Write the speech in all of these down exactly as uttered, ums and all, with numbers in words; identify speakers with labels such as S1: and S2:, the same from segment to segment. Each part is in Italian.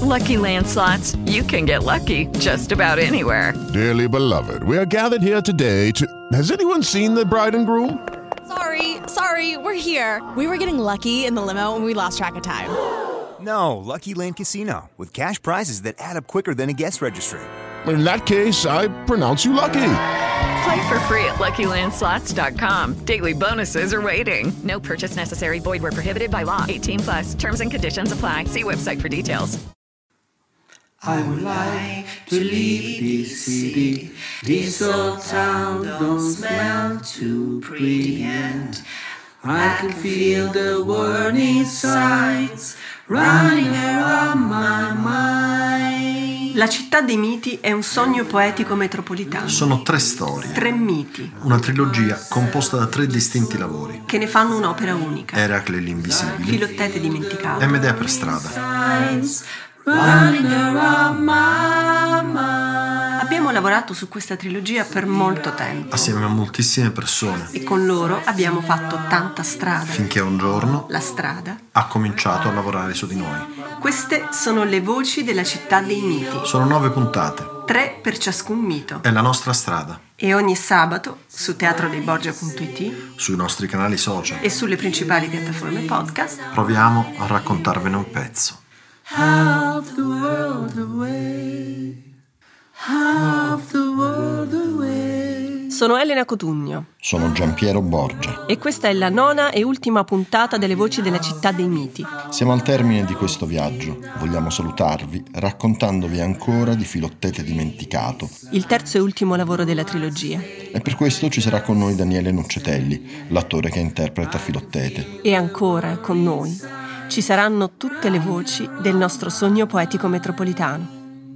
S1: Lucky Land Slots, you can get lucky just about anywhere.
S2: Dearly beloved, we are gathered here today to... Has anyone seen the bride and groom?
S3: Sorry, sorry, we're here. We were getting lucky in the limo and we lost track of time.
S4: No, Lucky Land Casino, with cash prizes that add up quicker than a guest registry.
S2: In that case, I pronounce you lucky.
S1: Play for free at Lucky Land Slots dot com. Daily bonuses are waiting. No purchase necessary. Void where prohibited by law. eighteen plus. Terms and conditions apply. See website for details.
S5: I would like to leave this city. This old town don't smell too pretty, and I can feel the warning signs running around my mind.
S6: La città dei miti è un sogno poetico metropolitano.
S7: Sono tre storie.
S6: Tre miti.
S7: Una trilogia composta da tre distinti lavori.
S6: Che ne fanno un'opera unica.
S7: Eracle l'invisibile.
S6: Filottete dimenticato.
S7: E Medea per strada.
S6: Abbiamo lavorato su questa trilogia per molto tempo.
S7: Assieme a moltissime persone.
S6: E con loro abbiamo fatto tanta strada.
S7: Finché un giorno
S6: la strada
S7: ha cominciato a lavorare su di noi.
S6: Queste sono le voci della città dei miti.
S7: Sono nove puntate.
S6: Tre per ciascun mito.
S7: È la nostra strada.
S6: E ogni sabato su teatro dei borgia punto it,
S7: sui nostri canali social
S6: e sulle principali piattaforme podcast
S7: proviamo a raccontarvene un pezzo.
S5: Half the world away, half the world away.
S6: Sono Elena Cotugno.
S8: Sono Giampiero Borgia.
S6: E questa è la nona e ultima puntata delle Voci della città dei miti.
S8: Siamo al termine di questo viaggio. Vogliamo salutarvi raccontandovi ancora di Filottete dimenticato,
S6: il terzo e ultimo lavoro della trilogia.
S8: E per questo ci sarà con noi Daniele Nuccetelli, l'attore che interpreta Filottete.
S6: E ancora con noi ci saranno tutte le voci del nostro sogno poetico metropolitano.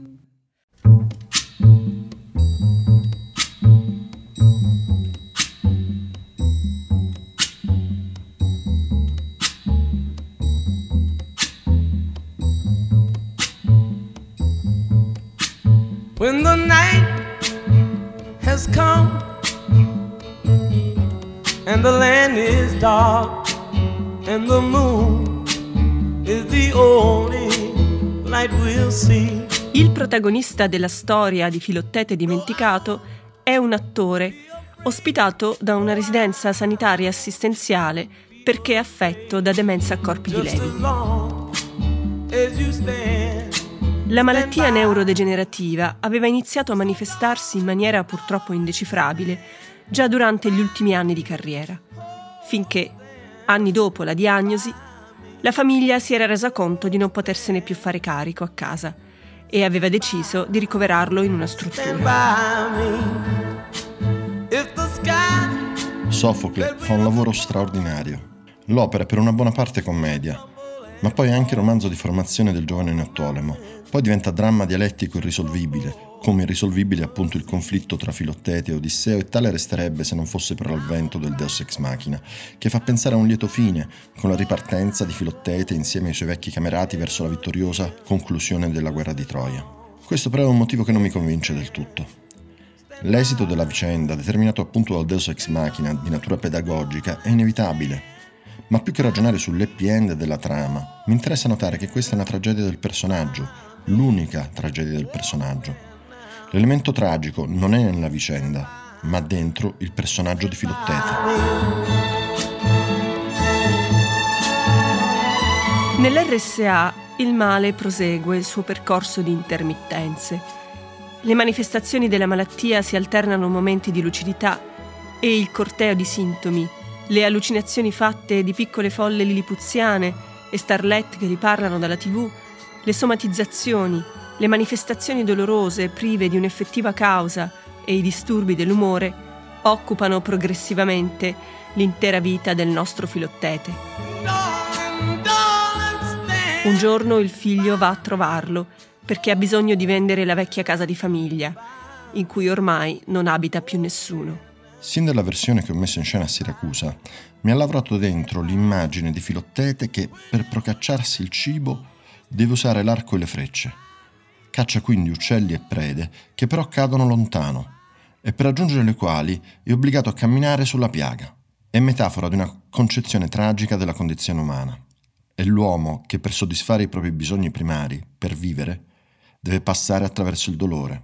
S5: When the night has come and the land is dark and the moon is the only light we'll see.
S6: Il protagonista della storia di Filottete dimenticato è un attore ospitato da una residenza sanitaria assistenziale perché è affetto da demenza a corpi di Levi. La malattia neurodegenerativa aveva iniziato a manifestarsi in maniera purtroppo indecifrabile già durante gli ultimi anni di carriera, finché, anni dopo la diagnosi, la famiglia si era resa conto di non potersene più fare carico a casa e aveva deciso di ricoverarlo in una struttura.
S8: Sofocle fa un lavoro straordinario. L'opera è per una buona parte commedia, ma poi è anche romanzo di formazione del giovane Neottolemo. Poi diventa dramma dialettico irrisolvibile, come irrisolvibile appunto il conflitto tra Filottete e Odisseo, e tale resterebbe se non fosse per l'avvento del Deus Ex Machina, che fa pensare a un lieto fine, con la ripartenza di Filottete insieme ai suoi vecchi camerati verso la vittoriosa conclusione della guerra di Troia. Questo però è un motivo che non mi convince del tutto. L'esito della vicenda, determinato appunto dal Deus Ex Machina di natura pedagogica, è inevitabile. Ma più che ragionare sull'happy end della trama, mi interessa notare che questa è una tragedia del personaggio, l'unica tragedia del personaggio. L'elemento tragico non è nella vicenda, ma dentro il personaggio di Filottete.
S6: Nell'erre esse a il male prosegue il suo percorso di intermittenze. Le manifestazioni della malattia si alternano a momenti di lucidità e il corteo di sintomi, le allucinazioni fatte di piccole folle lilipuziane e starlet che gli parlano dalla tivù, le somatizzazioni, le manifestazioni dolorose prive di un'effettiva causa e i disturbi dell'umore occupano progressivamente l'intera vita del nostro Filottete. Un giorno il figlio va a trovarlo perché ha bisogno di vendere la vecchia casa di famiglia, in cui ormai non abita più nessuno.
S8: Sin dalla versione che ho messo in scena a Siracusa, mi ha lavorato dentro l'immagine di Filottete che, per procacciarsi il cibo, deve usare l'arco e le frecce. Caccia quindi uccelli e prede che però cadono lontano e per raggiungere le quali è obbligato a camminare sulla piaga. È metafora di una concezione tragica della condizione umana. è l'uomo che per soddisfare i propri bisogni primari, per vivere, deve passare attraverso il dolore.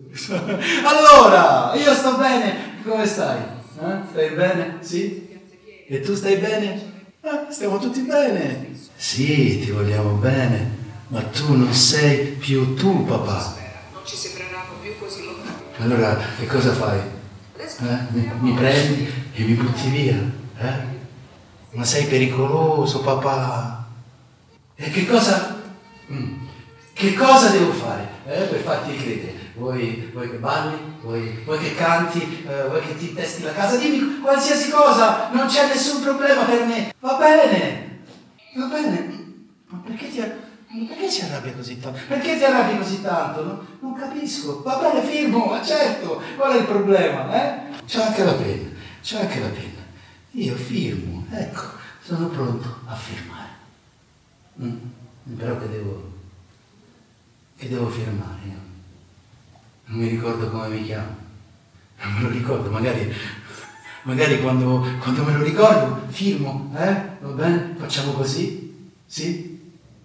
S9: Allora, io sto bene, come stai? Eh? Stai bene? Sì? E tu stai bene? Eh, stiamo tutti bene. Sì, ti vogliamo bene, ma tu non sei più tu, papà.
S10: Non ci sembreranno più così lontani.
S9: Allora, che cosa fai? Eh? Mi, mi prendi e mi butti via? Eh? Ma sei pericoloso, papà. E che cosa... Mm. Che cosa devo fare eh, per farti credere? Vuoi, vuoi che balli? Vuoi, vuoi che canti? Eh, vuoi che ti testi la casa? Dimmi qualsiasi cosa, non c'è nessun problema per me. Va bene, va bene. Ma perché ti, perché si arrabbia così tanto? Perché ti arrabbi così tanto? No? Non capisco. Va bene, firmo, ma certo. Qual è il problema? Eh? C'è anche la penna, c'è anche la penna. Io firmo, ecco, sono pronto a firmare. Mm. Però che devo... che devo firmare io? Non mi ricordo come mi chiamo. Non me lo ricordo, magari, magari quando, quando me lo ricordo firmo, eh? Va bene? Facciamo così? Sì?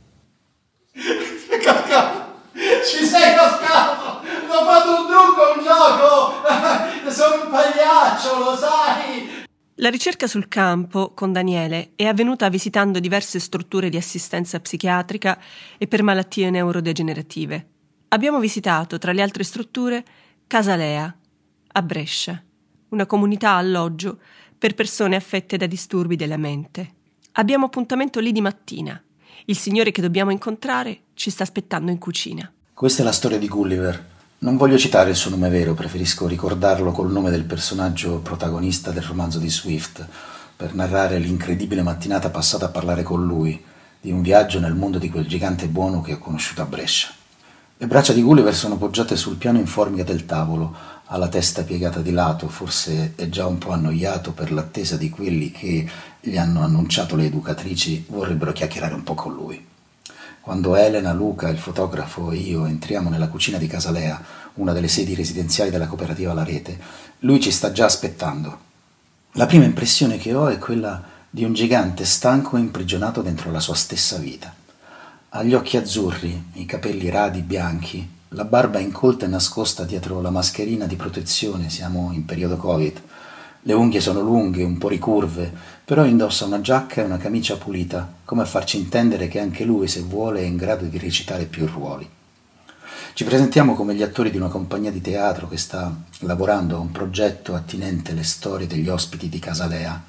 S9: Sei cascato! Ci sei cascato! Ho fatto un trucco, un gioco! Sono un pagliaccio, lo sai!
S6: La ricerca sul campo con Daniele è avvenuta visitando diverse strutture di assistenza psichiatrica e per malattie neurodegenerative. Abbiamo visitato, tra le altre strutture, Casa Lea, a Brescia, una comunità alloggio per persone affette da disturbi della mente. Abbiamo appuntamento lì di mattina. Il signore che dobbiamo incontrare ci sta aspettando in cucina.
S11: Questa è la storia di Gulliver. Non voglio citare il suo nome vero, preferisco ricordarlo col nome del personaggio protagonista del romanzo di Swift, per narrare l'incredibile mattinata passata a parlare con lui, di un viaggio nel mondo di quel gigante buono che ho conosciuto a Brescia. Le braccia di Gulliver sono poggiate sul piano in formica del tavolo, ha la testa piegata di lato, forse è già un po' annoiato per l'attesa di quelli che gli hanno annunciato le educatrici vorrebbero chiacchierare un po' con lui. Quando Elena, Luca, il fotografo e io entriamo nella cucina di Casa Lea, una delle sedi residenziali della cooperativa La Rete, lui ci sta già aspettando. La prima impressione che ho è quella di un gigante stanco e imprigionato dentro la sua stessa vita. Ha gli occhi azzurri, i capelli radi bianchi, la barba incolta e nascosta dietro la mascherina di protezione, siamo in periodo Covid. Le unghie sono lunghe, un po' ricurve, però indossa una giacca e una camicia pulita, come a farci intendere che anche lui, se vuole, è in grado di recitare più ruoli. Ci presentiamo come gli attori di una compagnia di teatro che sta lavorando a un progetto attinente alle storie degli ospiti di Casa Lea.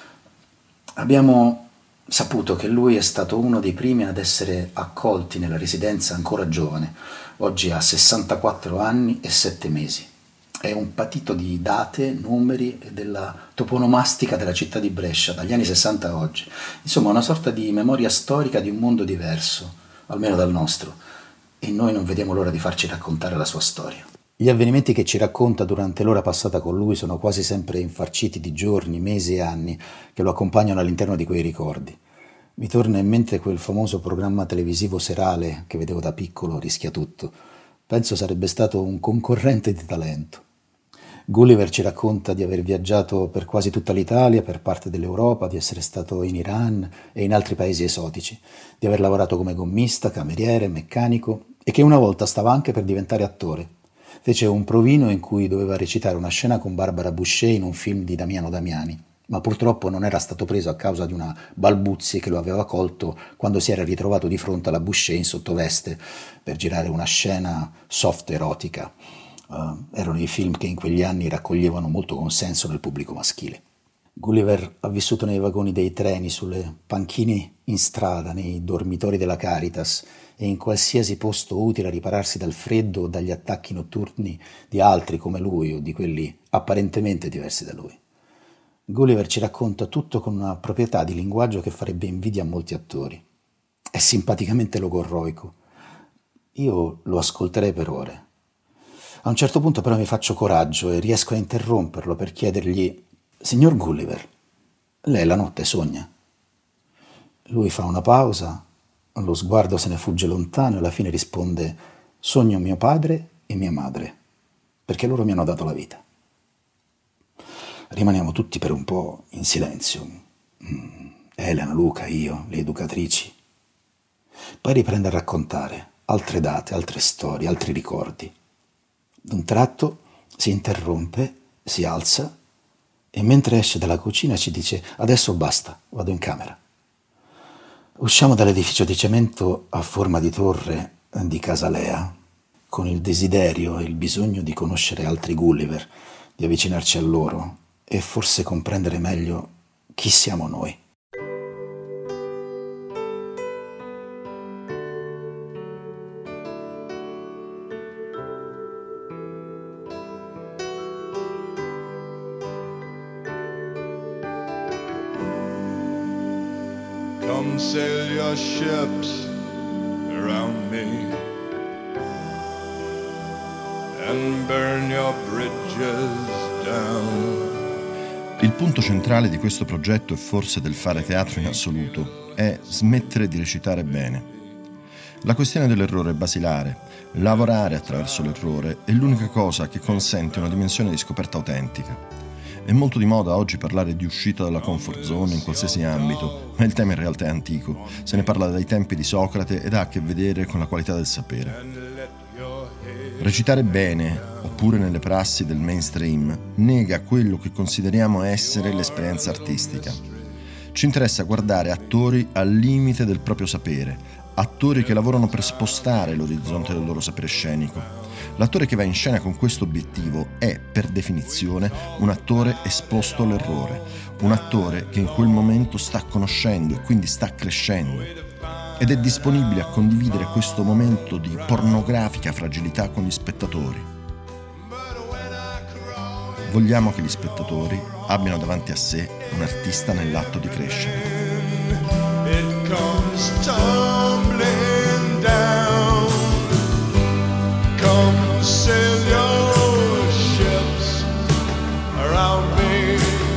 S11: Abbiamo saputo che lui è stato uno dei primi ad essere accolti nella residenza ancora giovane. Oggi ha sessantaquattro anni e sette mesi. È un patito di date, numeri e della toponomastica della città di Brescia, dagli anni sessanta a oggi. Insomma, una sorta di memoria storica di un mondo diverso, almeno dal nostro, e noi non vediamo l'ora di farci raccontare la sua storia. Gli avvenimenti che ci racconta durante l'ora passata con lui sono quasi sempre infarciti di giorni, mesi e anni che lo accompagnano all'interno di quei ricordi. Mi torna in mente quel famoso programma televisivo serale che vedevo da piccolo, Rischia tutto. Penso sarebbe stato un concorrente di talento. Gulliver ci racconta di aver viaggiato per quasi tutta l'Italia, per parte dell'Europa, di essere stato in Iran e in altri paesi esotici, di aver lavorato come gommista, cameriere, meccanico e che una volta stava anche per diventare attore. Fece un provino in cui doveva recitare una scena con Barbara Boucher in un film di Damiano Damiani, ma purtroppo non era stato preso a causa di una balbuzie che lo aveva colto quando si era ritrovato di fronte alla Boucher in sottoveste per girare una scena soft erotica. Uh, erano i film che in quegli anni raccoglievano molto consenso nel pubblico maschile. Gulliver ha vissuto nei vagoni dei treni, sulle panchine in strada, nei dormitori della Caritas e in qualsiasi posto utile a ripararsi dal freddo o dagli attacchi notturni di altri come lui o di quelli apparentemente diversi da lui. Gulliver ci racconta tutto con una proprietà di linguaggio che farebbe invidia a molti attori. È simpaticamente logorroico. Io lo ascolterei per ore. A un certo punto però mi faccio coraggio e riesco a interromperlo per chiedergli: «Signor Gulliver, lei la notte sogna?» Lui fa una pausa, lo sguardo se ne fugge lontano e alla fine risponde: «Sogno mio padre e mia madre, perché loro mi hanno dato la vita». Rimaniamo tutti per un po' in silenzio. Elena, Luca, io, le educatrici. Poi riprende a raccontare altre date, altre storie, altri ricordi. D'un tratto si interrompe, si alza e mentre esce dalla cucina ci dice: adesso basta, vado in camera. Usciamo dall'edificio di cemento a forma di torre di Casa Lea con il desiderio e il bisogno di conoscere altri Gulliver, di avvicinarci a loro e forse comprendere meglio chi siamo noi.
S12: Come sail your ships around me and burn your bridges down.
S8: Il punto centrale di questo progetto e forse del fare teatro in assoluto è smettere di recitare bene. La questione dell'errore è basilare. Lavorare attraverso l'errore è l'unica cosa che consente una dimensione di scoperta autentica. È molto di moda oggi parlare di uscita dalla comfort zone in qualsiasi ambito, ma il tema in realtà è antico. Se ne parla dai tempi di Socrate ed ha a che vedere con la qualità del sapere. Recitare bene, oppure nelle prassi del mainstream, nega quello che consideriamo essere l'esperienza artistica. Ci interessa guardare attori al limite del proprio sapere, attori che lavorano per spostare l'orizzonte del loro sapere scenico. L'attore che va in scena con questo obiettivo è, per definizione, un attore esposto all'errore, un attore che in quel momento sta conoscendo e quindi sta crescendo ed è disponibile a condividere questo momento di pornografica fragilità con gli spettatori. Vogliamo che gli spettatori abbiano davanti a sé un artista nell'atto di crescere.
S12: It comes tumbling down. Come sail your ships around me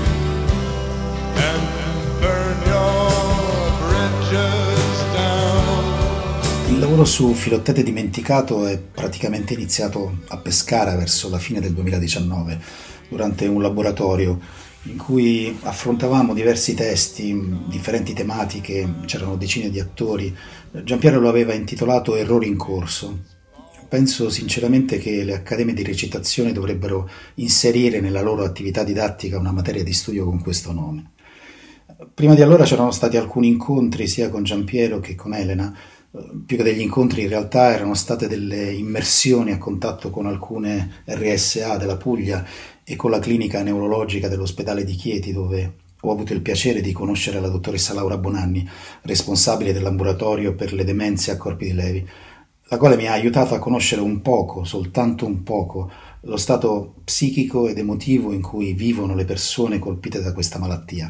S12: and burn your bridges down.
S11: Il lavoro su Filottete dimenticato è praticamente iniziato a Pescara verso la fine del duemiladiciannove, durante un laboratorio in cui affrontavamo diversi testi, differenti tematiche, c'erano decine di attori. Giampiero lo aveva intitolato Errori in corso. Penso sinceramente che le accademie di recitazione dovrebbero inserire nella loro attività didattica una materia di studio con questo nome. Prima di allora c'erano stati alcuni incontri sia con Giampiero che con Elena. Più che degli incontri in realtà erano state delle immersioni a contatto con alcune R S A della Puglia e con la clinica neurologica dell'ospedale di Chieti, dove ho avuto il piacere di conoscere la dottoressa Laura Bonanni, responsabile dell'ambulatorio per le demenze a Corpi di Levi, la quale mi ha aiutato a conoscere un poco, soltanto un poco, lo stato psichico ed emotivo in cui vivono le persone colpite da questa malattia.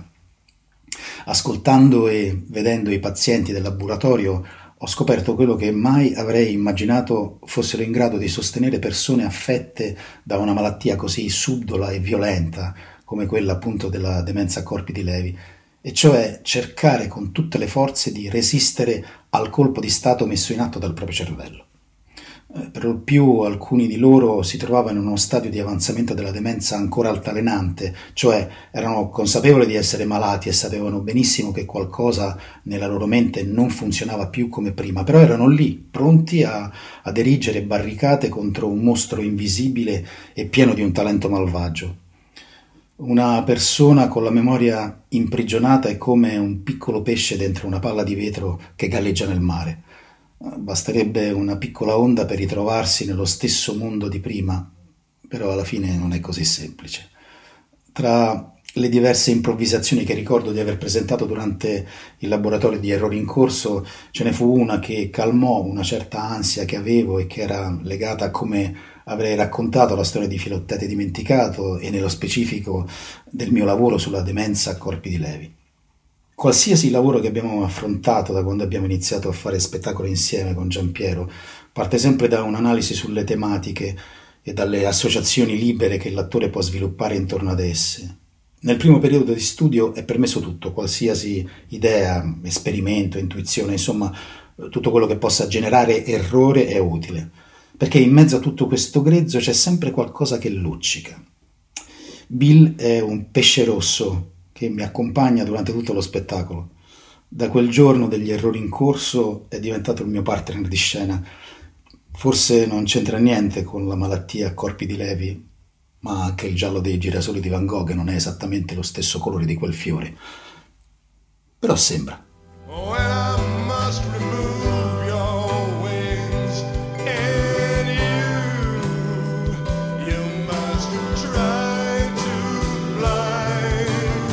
S11: Ascoltando e vedendo i pazienti del laboratorio ho scoperto quello che mai avrei immaginato fossero in grado di sostenere persone affette da una malattia così subdola e violenta come quella appunto della demenza a Corpi di Levi, e cioè cercare con tutte le forze di resistere al colpo di stato messo in atto dal proprio cervello. Per lo più alcuni di loro si trovavano in uno stadio di avanzamento della demenza ancora altalenante, cioè erano consapevoli di essere malati e sapevano benissimo che qualcosa nella loro mente non funzionava più come prima, però erano lì, pronti a, ad erigere barricate contro un mostro invisibile e pieno di un talento malvagio. Una persona con la memoria imprigionata è come un piccolo pesce dentro una palla di vetro che galleggia nel mare. Basterebbe una piccola onda per ritrovarsi nello stesso mondo di prima, però alla fine non è così semplice. Tra le diverse improvvisazioni che ricordo di aver presentato durante il laboratorio di Errori in corso, ce ne fu una che calmò una certa ansia che avevo e che era legata a come avrei raccontato la storia di Filottete dimenticato e nello specifico del mio lavoro sulla demenza a Corpi di Levi. Qualsiasi lavoro che abbiamo affrontato da quando abbiamo iniziato a fare spettacolo insieme con Giampiero parte sempre da un'analisi sulle tematiche e dalle associazioni libere che l'attore può sviluppare intorno ad esse. Nel primo periodo di studio è permesso tutto, qualsiasi idea, esperimento, intuizione, insomma tutto quello che possa generare errore è utile, perché in mezzo a tutto questo grezzo c'è sempre qualcosa che luccica. Bill è un pesce rosso che mi accompagna durante tutto lo spettacolo. Da quel giorno degli errori in corso è diventato il mio partner di scena. Forse non c'entra niente con la malattia a corpi di Levi, ma anche il giallo dei girasoli di Van Gogh non è esattamente lo stesso colore di quel fiore. Però sembra.
S12: When I must remove your wings, and you, you must try to fly.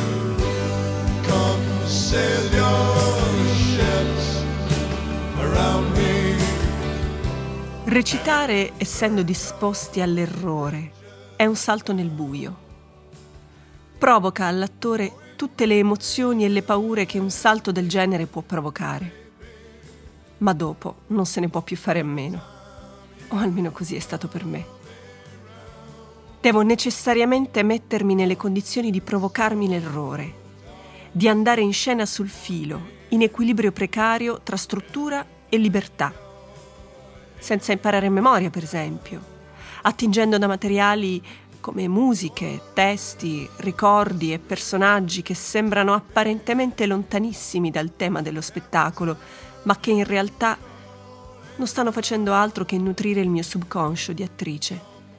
S12: Come sail your ships around me.
S6: Recitare essendo disposti all'errore è un salto nel buio. Provoca all'attore tutte le emozioni e le paure che un salto del genere può provocare. Ma dopo non se ne può più fare a meno. O almeno così è stato per me. Devo necessariamente mettermi nelle condizioni di provocarmi l'errore, di andare in scena sul filo, in equilibrio precario tra struttura e libertà. Senza imparare a memoria, per esempio, attingendo da materiali come musiche, testi, ricordi e personaggi che sembrano apparentemente lontanissimi dal tema dello spettacolo, ma che in realtà non stanno facendo altro che nutrire il mio subconscio di attrice.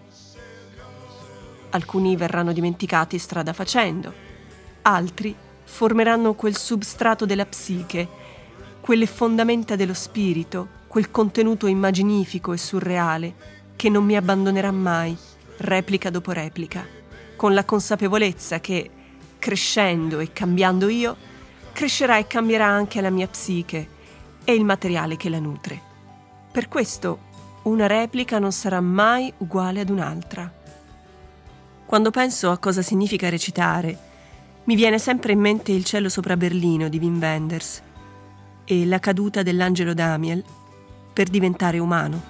S6: Alcuni verranno dimenticati strada facendo, altri formeranno quel substrato della psiche, quelle fondamenta dello spirito, quel contenuto immaginifico e surreale che non mi abbandonerà mai, replica dopo replica, con la consapevolezza che, crescendo e cambiando io, crescerà e cambierà anche la mia psiche e il materiale che la nutre. Per questo, una replica non sarà mai uguale ad un'altra. Quando penso a cosa significa recitare, mi viene sempre in mente Il cielo sopra Berlino di Wim Wenders e la caduta dell'angelo Damiel per diventare umano.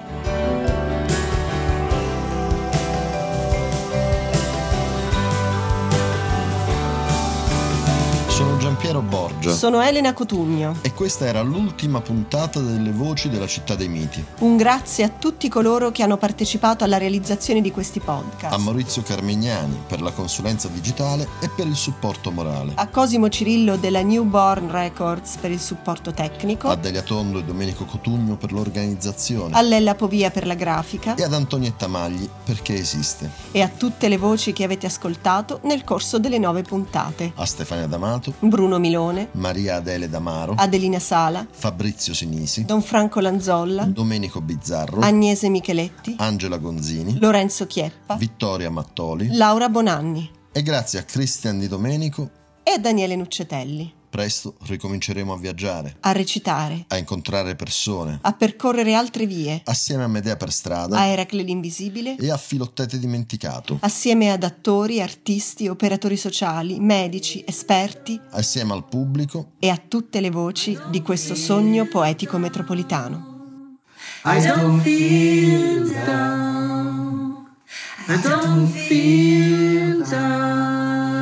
S8: Sono Giampiero Borgia.
S13: Sono Elena Cotugno.
S8: E questa era l'ultima puntata delle Voci della Città dei Miti.
S13: Un grazie a tutti coloro che hanno partecipato alla realizzazione di questi podcast.
S8: A Maurizio Carmignani per la consulenza digitale e per il supporto morale.
S13: A Cosimo Cirillo della Newborn Records per il supporto tecnico.
S8: A Delia Tondo e Domenico Cotugno per l'organizzazione.
S13: A Lella Povia per la grafica.
S8: E ad Antonietta Magli perché esiste.
S13: E a tutte le voci che avete ascoltato nel corso delle nove puntate.
S8: A Stefania D'Amato,
S13: Bruno Milone,
S8: Maria Adele Damaro,
S13: Adelina Sala,
S8: Fabrizio Sinisi,
S13: Don Franco Lanzolla,
S8: Domenico Bizzarro,
S13: Agnese Micheletti,
S8: Angela Gonzini,
S13: Lorenzo Chieppa,
S8: Vittoria Mattoli,
S13: Laura Bonanni.
S8: E grazie a Cristian Di Domenico
S13: e a Daniele Nuccetelli.
S8: Presto ricominceremo a viaggiare,
S13: a recitare,
S8: a incontrare persone,
S13: a percorrere altre vie,
S8: assieme a Medea per strada,
S13: a Eracle l'Invisibile
S8: e a Filottete Dimenticato,
S13: assieme ad attori, artisti, operatori sociali, medici, esperti,
S8: assieme al pubblico
S13: e a tutte le voci di questo sogno poetico metropolitano.
S14: I don't feel down, I don't feel down.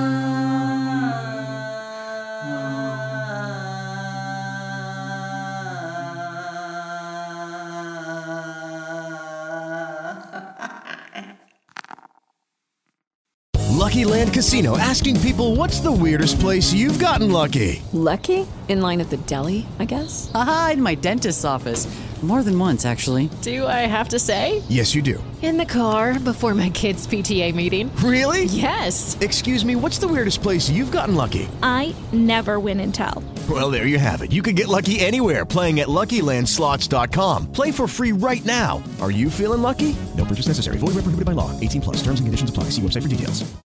S15: Lucky Land Casino, asking people, what's the weirdest place you've gotten lucky?
S16: Lucky? In line at the deli, I guess?
S17: Aha, in my dentist's office. More than once, actually.
S16: Do I have to say?
S15: Yes, you do.
S16: In the car before my kids' P T A meeting.
S15: Really?
S16: Yes.
S15: Excuse me, what's the weirdest place you've gotten lucky?
S18: I never win and tell.
S15: Well, there you have it. You can get lucky anywhere, playing at Lucky Land Slots dot com. Play for free right now. Are you feeling lucky? No purchase necessary. Void where prohibited by law. eighteen plus. Terms and conditions apply. See website for details.